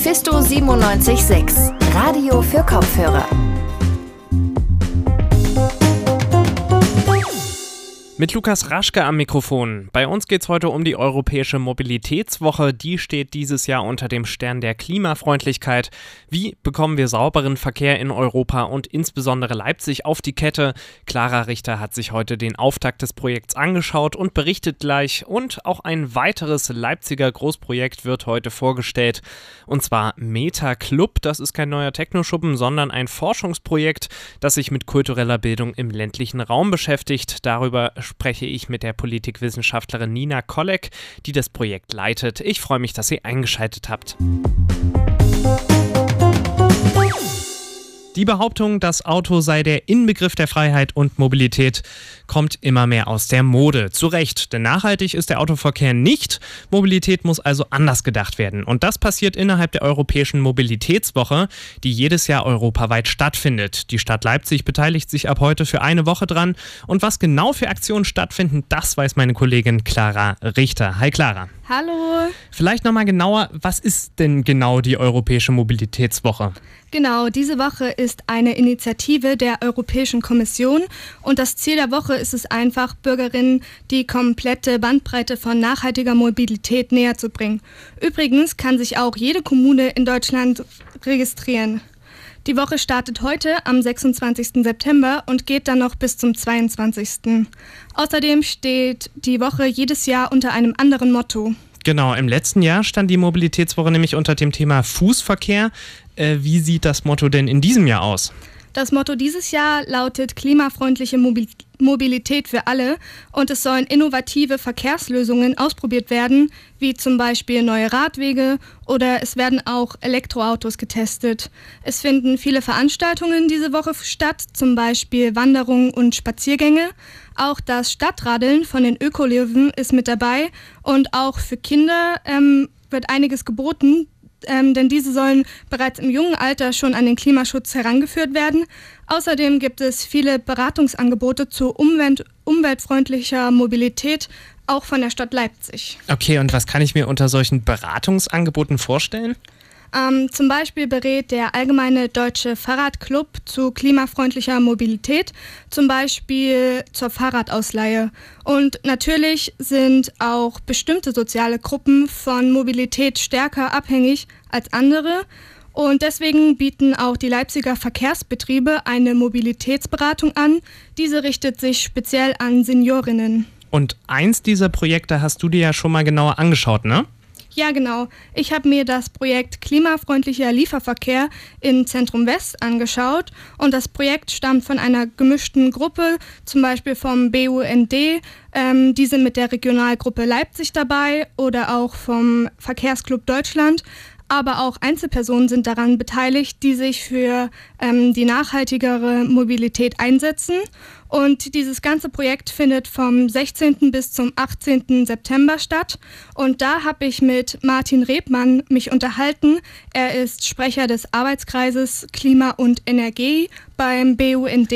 Mephisto 97.6, Radio für Kopfhörer. Mit Lukas Raschke am Mikrofon. Bei uns geht es heute um die Europäische Mobilitätswoche. Die steht dieses Jahr unter dem Stern der Klimafreundlichkeit. Wie bekommen wir sauberen Verkehr in Europa und insbesondere Leipzig auf die Kette? Clara Richter hat sich heute den Auftakt des Projekts angeschaut und berichtet gleich. Und auch ein weiteres Leipziger Großprojekt wird heute vorgestellt. Und zwar Meta Club. Das ist kein neuer Technoschuppen, sondern ein Forschungsprojekt, das sich mit kultureller Bildung im ländlichen Raum beschäftigt. Darüber spreche ich mit der Politikwissenschaftlerin Nina Kolleck, die das Projekt leitet. Ich freue mich, dass ihr eingeschaltet habt. Die Behauptung, das Auto sei der Inbegriff der Freiheit und Mobilität, kommt immer mehr aus der Mode. Zu Recht, denn nachhaltig ist der Autoverkehr nicht. Mobilität muss also anders gedacht werden. Und das passiert innerhalb der Europäischen Mobilitätswoche, die jedes Jahr europaweit stattfindet. Die Stadt Leipzig beteiligt sich ab heute für eine Woche dran. Und was genau für Aktionen stattfinden, das weiß meine Kollegin Clara Richter. Hi Clara. Hallo. Vielleicht nochmal genauer, was ist denn genau die Europäische Mobilitätswoche? Genau, diese Woche ist eine Initiative der Europäischen Kommission und das Ziel der Woche ist es einfach, Bürgerinnen die komplette Bandbreite von nachhaltiger Mobilität näher zu bringen. Übrigens kann sich auch jede Kommune in Deutschland registrieren. Die Woche startet heute am 26. September und geht dann noch bis zum 22. Außerdem steht die Woche jedes Jahr unter einem anderen Motto. Genau, im letzten Jahr stand die Mobilitätswoche nämlich unter dem Thema Fußverkehr. Wie sieht das Motto denn in diesem Jahr aus? Das Motto dieses Jahr lautet klimafreundliche Mobilität für alle und es sollen innovative Verkehrslösungen ausprobiert werden, wie zum Beispiel neue Radwege oder es werden auch Elektroautos getestet. Es finden viele Veranstaltungen diese Woche statt, zum Beispiel Wanderungen und Spaziergänge. Auch das Stadtradeln von den Ökolöwen ist mit dabei und auch für Kinder wird einiges geboten. Denn diese sollen bereits im jungen Alter schon an den Klimaschutz herangeführt werden. Außerdem gibt es viele Beratungsangebote zu umweltfreundlicher Mobilität, auch von der Stadt Leipzig. Okay, und was kann ich mir unter solchen Beratungsangeboten vorstellen? Zum Beispiel berät der Allgemeine Deutsche Fahrradclub zu klimafreundlicher Mobilität, zum Beispiel zur Fahrradausleihe. Und natürlich sind auch bestimmte soziale Gruppen von Mobilität stärker abhängig als andere. Und deswegen bieten auch die Leipziger Verkehrsbetriebe eine Mobilitätsberatung an. Diese richtet sich speziell an Seniorinnen. Und eins dieser Projekte hast du dir ja schon mal genauer angeschaut, ne? Ja, genau. Ich habe mir das Projekt Klimafreundlicher Lieferverkehr in Zentrum West angeschaut und das Projekt stammt von einer gemischten Gruppe, zum Beispiel vom BUND, die sind mit der Regionalgruppe Leipzig dabei oder auch vom Verkehrsclub Deutschland. Aber auch Einzelpersonen sind daran beteiligt, die sich für die nachhaltigere Mobilität einsetzen. Und dieses ganze Projekt findet vom 16. bis zum 18. September statt. Und da habe ich mit Martin Rebmann mich unterhalten. Er ist Sprecher des Arbeitskreises Klima und Energie beim BUND.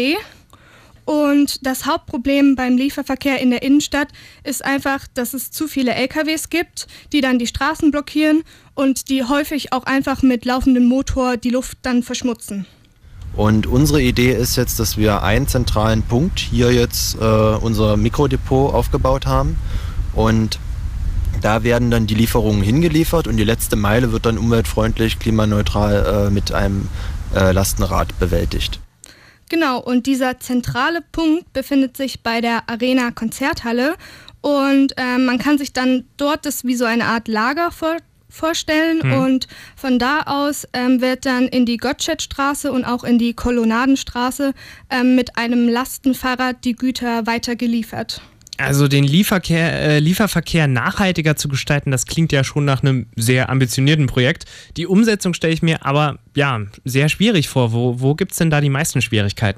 Und das Hauptproblem beim Lieferverkehr in der Innenstadt ist einfach, dass es zu viele LKWs gibt, die dann die Straßen blockieren und die häufig auch einfach mit laufendem Motor die Luft dann verschmutzen. Und unsere Idee ist jetzt, dass wir einen zentralen Punkt hier jetzt unser Mikrodepot aufgebaut haben und da werden dann die Lieferungen hingeliefert und die letzte Meile wird dann umweltfreundlich, klimaneutral mit einem Lastenrad bewältigt. Genau, und dieser zentrale Punkt befindet sich bei der Arena Konzerthalle und man kann sich dann dort das wie so eine Art Lager vorstellen und von da aus wird dann in die Gottschedstraße und auch in die Kolonnadenstraße mit einem Lastenfahrrad die Güter weitergeliefert. Also den Lieferverkehr nachhaltiger zu gestalten, das klingt ja schon nach einem sehr ambitionierten Projekt. Die Umsetzung stelle ich mir aber ja sehr schwierig vor. Wo gibt es denn da die meisten Schwierigkeiten?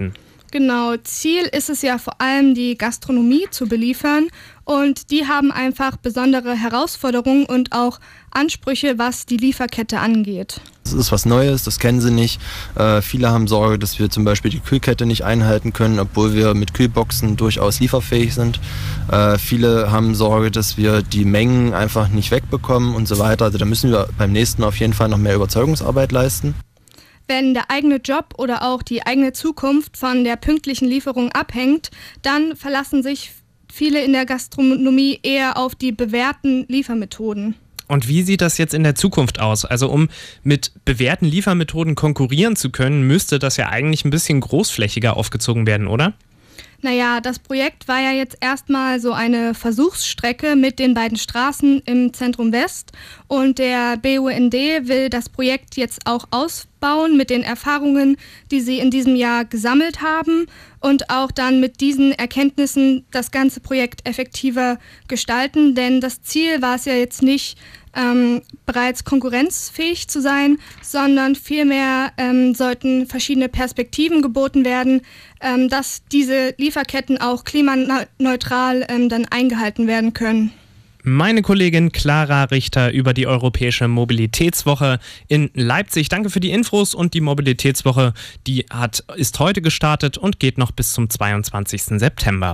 Genau, Ziel ist es ja vor allem, die Gastronomie zu beliefern und die haben einfach besondere Herausforderungen und auch Ansprüche, was die Lieferkette angeht. Das ist was Neues, das kennen sie nicht. Viele haben Sorge, dass wir zum Beispiel die Kühlkette nicht einhalten können, obwohl wir mit Kühlboxen durchaus lieferfähig sind. Viele haben Sorge, dass wir die Mengen einfach nicht wegbekommen und so weiter. Also da müssen wir beim nächsten auf jeden Fall noch mehr Überzeugungsarbeit leisten. Wenn der eigene Job oder auch die eigene Zukunft von der pünktlichen Lieferung abhängt, dann verlassen sich viele in der Gastronomie eher auf die bewährten Liefermethoden. Und wie sieht das jetzt in der Zukunft aus? Also um mit bewährten Liefermethoden konkurrieren zu können, müsste das ja eigentlich ein bisschen großflächiger aufgezogen werden, oder? Naja, das Projekt war ja jetzt erstmal so eine Versuchsstrecke mit den beiden Straßen im Zentrum West und der BUND will das Projekt jetzt auch ausbauen mit den Erfahrungen, die sie in diesem Jahr gesammelt haben und auch dann mit diesen Erkenntnissen das ganze Projekt effektiver gestalten, denn das Ziel war es ja jetzt nicht, bereits konkurrenzfähig zu sein, sondern vielmehr sollten verschiedene Perspektiven geboten werden, dass diese Lieferketten auch klimaneutral dann eingehalten werden können. Meine Kollegin Clara Richter über die Europäische Mobilitätswoche in Leipzig. Danke für die Infos und die Mobilitätswoche, ist heute gestartet und geht noch bis zum 22. September.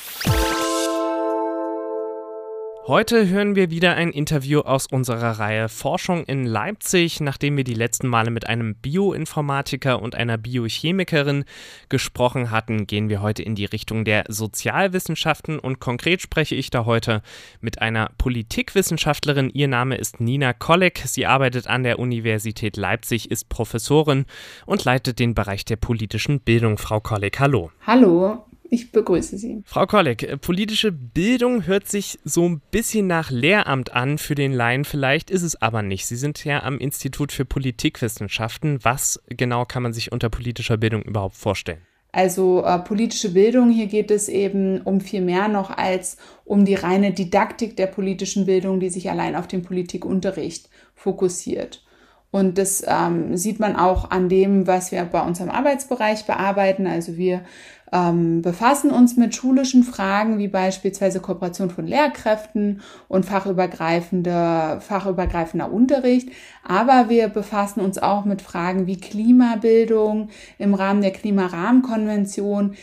Heute hören wir wieder ein Interview aus unserer Reihe Forschung in Leipzig. Nachdem wir die letzten Male mit einem Bioinformatiker und einer Biochemikerin gesprochen hatten, gehen wir heute in die Richtung der Sozialwissenschaften und konkret spreche ich da heute mit einer Politikwissenschaftlerin. Ihr Name ist Nina Kolleg. Sie arbeitet an der Universität Leipzig, ist Professorin und leitet den Bereich der politischen Bildung. Frau Kolleg, hallo. Hallo. Ich begrüße Sie. Frau Kolleg, politische Bildung hört sich so ein bisschen nach Lehramt an für den Laien, vielleicht ist es aber nicht. Sie sind ja am Institut für Politikwissenschaften. Was genau kann man sich unter politischer Bildung überhaupt vorstellen? Also politische Bildung, hier geht es eben um viel mehr noch als um die reine Didaktik der politischen Bildung, die sich allein auf den Politikunterricht fokussiert. Und das sieht man auch an dem, was wir bei unserem Arbeitsbereich bearbeiten. Also wir befassen uns mit schulischen Fragen wie beispielsweise Kooperation von Lehrkräften und fachübergreifender Unterricht. Aber wir befassen uns auch mit Fragen wie Klimabildung im Rahmen der Klimarahmenkonvention,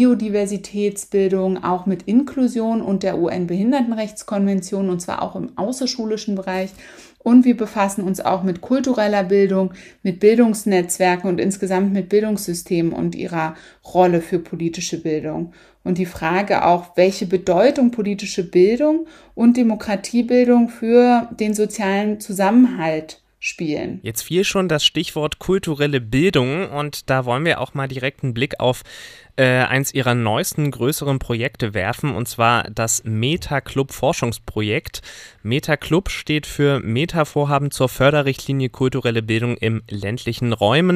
Biodiversitätsbildung, auch mit Inklusion und der UN-Behindertenrechtskonvention und zwar auch im außerschulischen Bereich. Und wir befassen uns auch mit kultureller Bildung, mit Bildungsnetzwerken und insgesamt mit Bildungssystemen und ihrer Rolle für politische Bildung. Und die Frage auch, welche Bedeutung politische Bildung und Demokratiebildung für den sozialen Zusammenhalt spielen. Jetzt fiel schon das Stichwort kulturelle Bildung und da wollen wir auch mal direkt einen Blick auf eins ihrer neuesten größeren Projekte werfen, und zwar das Meta-Club-Forschungsprojekt. Meta-Club steht für Meta-Vorhaben zur Förderrichtlinie kulturelle Bildung im ländlichen Räumen.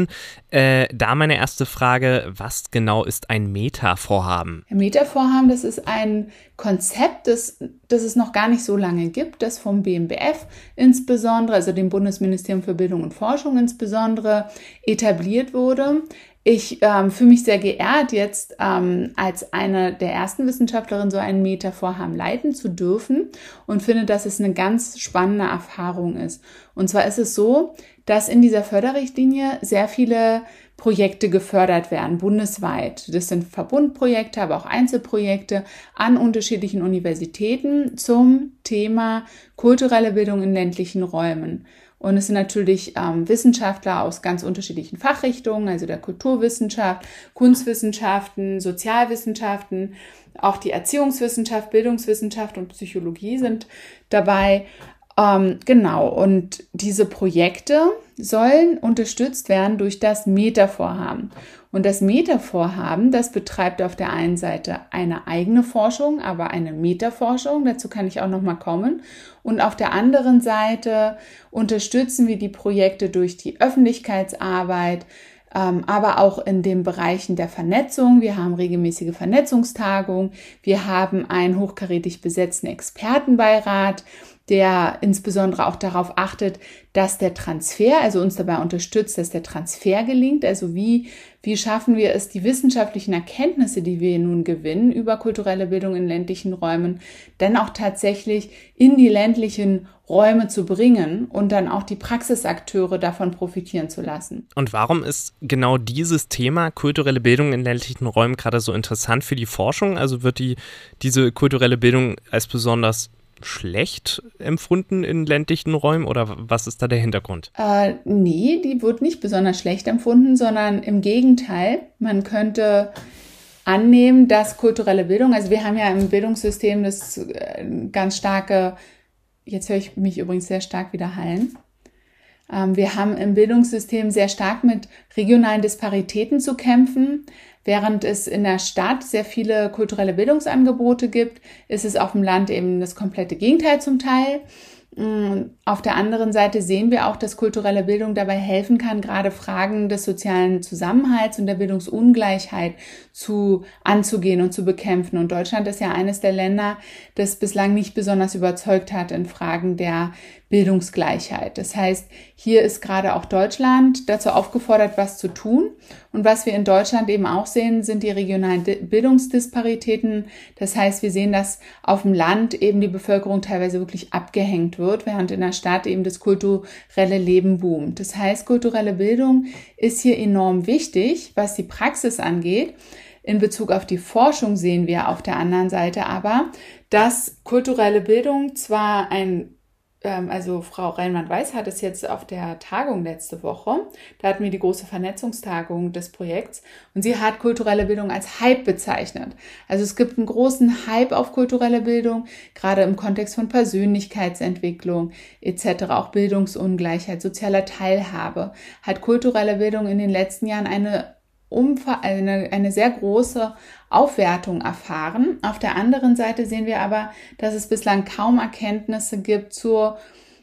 Da meine erste Frage, was genau ist ein Meta-Vorhaben? Meta-Vorhaben, das ist ein Konzept, das es noch gar nicht so lange gibt, das vom BMBF insbesondere, also dem Bundesministerium für Bildung und Forschung insbesondere, etabliert wurde. Ich fühle mich sehr geehrt, jetzt als eine der ersten Wissenschaftlerinnen so ein Meta-Vorhaben leiten zu dürfen und finde, dass es eine ganz spannende Erfahrung ist. Und zwar ist es so, dass in dieser Förderrichtlinie sehr viele Projekte gefördert werden, bundesweit. Das sind Verbundprojekte, aber auch Einzelprojekte an unterschiedlichen Universitäten zum Thema kulturelle Bildung in ländlichen Räumen. Und es sind natürlich Wissenschaftler aus ganz unterschiedlichen Fachrichtungen, also der Kulturwissenschaft, Kunstwissenschaften, Sozialwissenschaften, auch die Erziehungswissenschaft, Bildungswissenschaft und Psychologie sind dabei. Genau, und diese Projekte sollen unterstützt werden durch das Meta-Vorhaben. Und das Meta-Vorhaben, das betreibt auf der einen Seite eine eigene Forschung, aber eine Meta-Forschung, dazu kann ich auch nochmal kommen. Und auf der anderen Seite unterstützen wir die Projekte durch die Öffentlichkeitsarbeit, aber auch in den Bereichen der Vernetzung. Wir haben regelmäßige Vernetzungstagungen, wir haben einen hochkarätig besetzten Expertenbeirat, der insbesondere auch darauf achtet, dass der Transfer, also uns dabei unterstützt, dass der Transfer gelingt. Also wie schaffen wir es, die wissenschaftlichen Erkenntnisse, die wir nun gewinnen über kulturelle Bildung in ländlichen Räumen, dann auch tatsächlich in die ländlichen Räume zu bringen und dann auch die Praxisakteure davon profitieren zu lassen. Und warum ist genau dieses Thema kulturelle Bildung in ländlichen Räumen gerade so interessant für die Forschung? Also wird diese kulturelle Bildung als besonders schlecht empfunden in ländlichen Räumen oder was ist da der Hintergrund? Nee, die wird nicht besonders schlecht empfunden, sondern im Gegenteil. Man könnte annehmen, dass kulturelle Bildung, also wir haben ja im Bildungssystem das ganz starke, jetzt höre ich mich übrigens sehr stark wieder hallen. Wir haben im Bildungssystem sehr stark mit regionalen Disparitäten zu kämpfen. Während es in der Stadt sehr viele kulturelle Bildungsangebote gibt, ist es auf dem Land eben das komplette Gegenteil zum Teil. Auf der anderen Seite sehen wir auch, dass kulturelle Bildung dabei helfen kann, gerade Fragen des sozialen Zusammenhalts und der Bildungsungleichheit anzugehen und zu bekämpfen. Und Deutschland ist ja eines der Länder, das bislang nicht besonders überzeugt hat in Fragen der Bildungsgleichheit. Das heißt, hier ist gerade auch Deutschland dazu aufgefordert, was zu tun. Und was wir in Deutschland eben auch sehen, sind die regionalen Bildungsdisparitäten. Das heißt, wir sehen, dass auf dem Land eben die Bevölkerung teilweise wirklich abgehängt wird, während in der Stadt eben das kulturelle Leben boomt. Das heißt, kulturelle Bildung ist hier enorm wichtig, was die Praxis angeht. In Bezug auf die Forschung sehen wir auf der anderen Seite aber, dass kulturelle Bildung zwar also Frau Reinmann-Weiß hat es jetzt auf der Tagung letzte Woche, da hatten wir die große Vernetzungstagung des Projekts und sie hat kulturelle Bildung als Hype bezeichnet. Also es gibt einen großen Hype auf kulturelle Bildung, gerade im Kontext von Persönlichkeitsentwicklung etc., auch Bildungsungleichheit, sozialer Teilhabe, hat kulturelle Bildung in den letzten Jahren eine sehr große Aufwertung erfahren. Auf der anderen Seite sehen wir aber, dass es bislang kaum Erkenntnisse gibt zur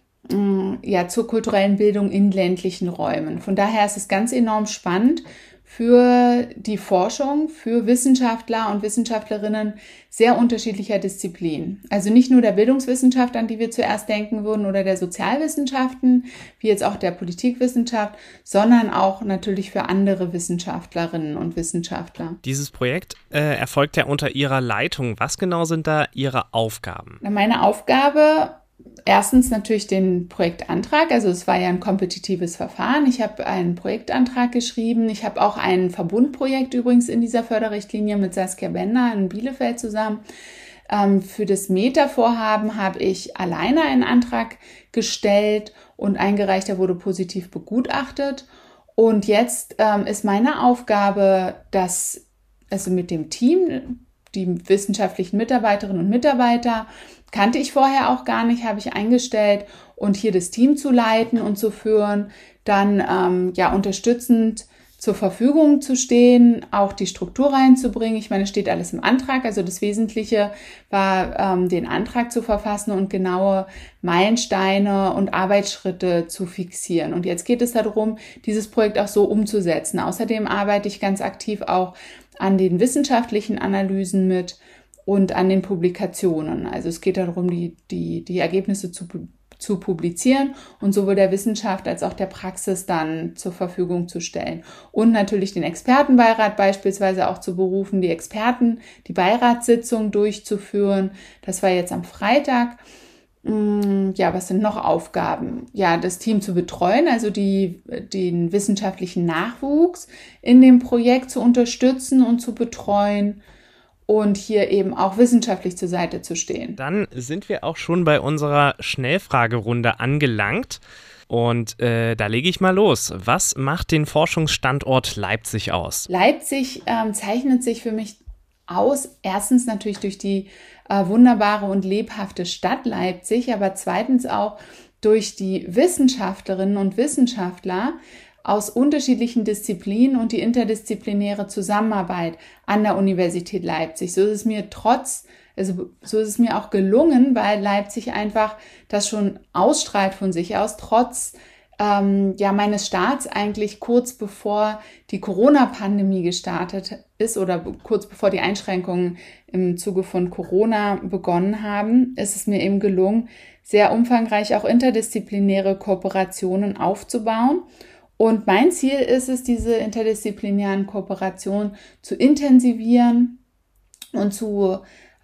kulturellen Bildung in ländlichen Räumen. Von daher ist es ganz enorm spannend für die Forschung, für Wissenschaftler und Wissenschaftlerinnen sehr unterschiedlicher Disziplinen. Also nicht nur der Bildungswissenschaft, an die wir zuerst denken würden, oder der Sozialwissenschaften, wie jetzt auch der Politikwissenschaft, sondern auch natürlich für andere Wissenschaftlerinnen und Wissenschaftler. Dieses Projekt erfolgt ja unter Ihrer Leitung. Was genau sind da Ihre Aufgaben? Meine Aufgabe, erstens natürlich den Projektantrag, also es war ja ein kompetitives Verfahren. Ich habe einen Projektantrag geschrieben. Ich habe auch ein Verbundprojekt übrigens in dieser Förderrichtlinie mit Saskia Bender in Bielefeld zusammen. Für das Meta-Vorhaben habe ich alleine einen Antrag gestellt und eingereicht, der wurde positiv begutachtet. Und jetzt ist meine Aufgabe, also mit dem Team, die wissenschaftlichen Mitarbeiterinnen und Mitarbeiter, kannte ich vorher auch gar nicht, habe ich eingestellt und hier das Team zu leiten und zu führen, dann unterstützend zur Verfügung zu stehen, auch die Struktur reinzubringen. Ich meine, es steht alles im Antrag, also das Wesentliche war, den Antrag zu verfassen und genaue Meilensteine und Arbeitsschritte zu fixieren. Und jetzt geht es darum, dieses Projekt auch so umzusetzen. Außerdem arbeite ich ganz aktiv auch an den wissenschaftlichen Analysen mit und an den Publikationen. Also es geht darum, die Ergebnisse zu publizieren und sowohl der Wissenschaft als auch der Praxis dann zur Verfügung zu stellen. Und natürlich den Expertenbeirat beispielsweise auch zu berufen, die Beiratssitzung durchzuführen. Das war jetzt am Freitag. Was sind noch Aufgaben? Ja, das Team zu betreuen, also den wissenschaftlichen Nachwuchs in dem Projekt zu unterstützen und zu betreuen und hier eben auch wissenschaftlich zur Seite zu stehen. Dann sind wir auch schon bei unserer Schnellfragerunde angelangt und da lege ich mal los. Was macht den Forschungsstandort Leipzig aus? Leipzig zeichnet sich für mich aus, erstens natürlich durch die wunderbare und lebhafte Stadt Leipzig, aber zweitens auch durch die Wissenschaftlerinnen und Wissenschaftler aus unterschiedlichen Disziplinen und die interdisziplinäre Zusammenarbeit an der Universität Leipzig. So ist es mir auch gelungen, weil Leipzig einfach das schon ausstrahlt von sich aus, trotz meines Starts eigentlich kurz bevor die Corona-Pandemie gestartet ist oder kurz bevor die Einschränkungen im Zuge von Corona begonnen haben, ist es mir eben gelungen, sehr umfangreich auch interdisziplinäre Kooperationen aufzubauen. Und mein Ziel ist es, diese interdisziplinären Kooperationen zu intensivieren und zu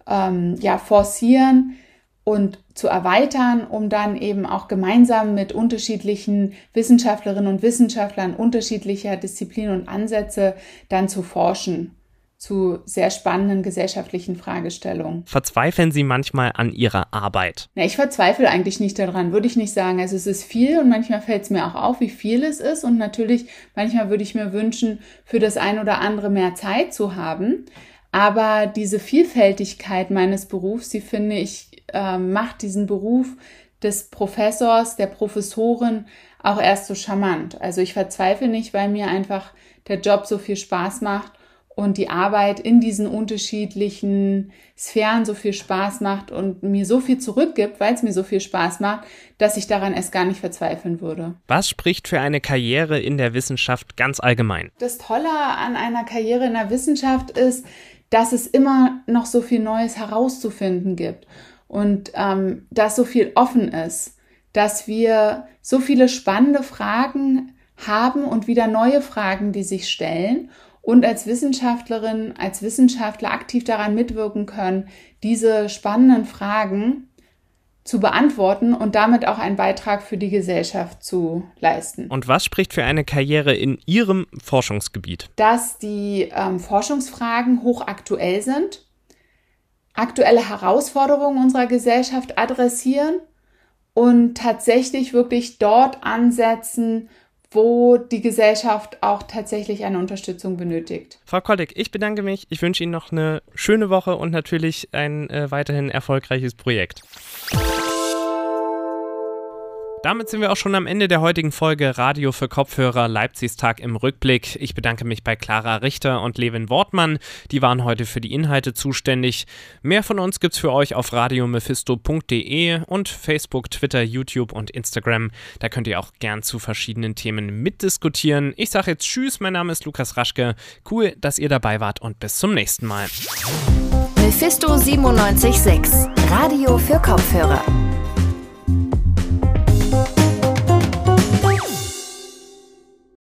forcieren und zu erweitern, um dann eben auch gemeinsam mit unterschiedlichen Wissenschaftlerinnen und Wissenschaftlern unterschiedlicher Disziplinen und Ansätze dann zu forschen zu sehr spannenden gesellschaftlichen Fragestellungen. Verzweifeln Sie manchmal an Ihrer Arbeit? Ich verzweifle eigentlich nicht daran, würde ich nicht sagen. Also es ist viel und manchmal fällt es mir auch auf, wie viel es ist. Und natürlich, manchmal würde ich mir wünschen, für das ein oder andere mehr Zeit zu haben. Aber diese Vielfältigkeit meines Berufs, die finde ich, macht diesen Beruf des Professors, der Professorin auch erst so charmant. Also ich verzweifle nicht, weil mir einfach der Job so viel Spaß macht und die Arbeit in diesen unterschiedlichen Sphären so viel Spaß macht und mir so viel zurückgibt, weil es mir so viel Spaß macht, dass ich daran erst gar nicht verzweifeln würde. Was spricht für eine Karriere in der Wissenschaft ganz allgemein? Das Tolle an einer Karriere in der Wissenschaft ist, dass es immer noch so viel Neues herauszufinden gibt und dass so viel offen ist, dass wir so viele spannende Fragen haben und wieder neue Fragen, die sich stellen und als Wissenschaftlerin, als Wissenschaftler aktiv daran mitwirken können, diese spannenden Fragen zu beantworten und damit auch einen Beitrag für die Gesellschaft zu leisten. Und was spricht für eine Karriere in Ihrem Forschungsgebiet? Dass die Forschungsfragen hochaktuell sind, aktuelle Herausforderungen unserer Gesellschaft adressieren und tatsächlich wirklich dort ansetzen, wo die Gesellschaft auch tatsächlich eine Unterstützung benötigt. Frau Kollig, ich bedanke mich. Ich wünsche Ihnen noch eine schöne Woche und natürlich ein weiterhin erfolgreiches Projekt. Damit sind wir auch schon am Ende der heutigen Folge Radio für Kopfhörer Leipzigstag im Rückblick. Ich bedanke mich bei Clara Richter und Levin Wortmann. Die waren heute für die Inhalte zuständig. Mehr von uns gibt's für euch auf radiomephisto.de und Facebook, Twitter, YouTube und Instagram. Da könnt ihr auch gern zu verschiedenen Themen mitdiskutieren. Ich sage jetzt Tschüss, mein Name ist Lukas Raschke. Cool, dass ihr dabei wart und bis zum nächsten Mal. Mephisto 97.6, Radio für Kopfhörer.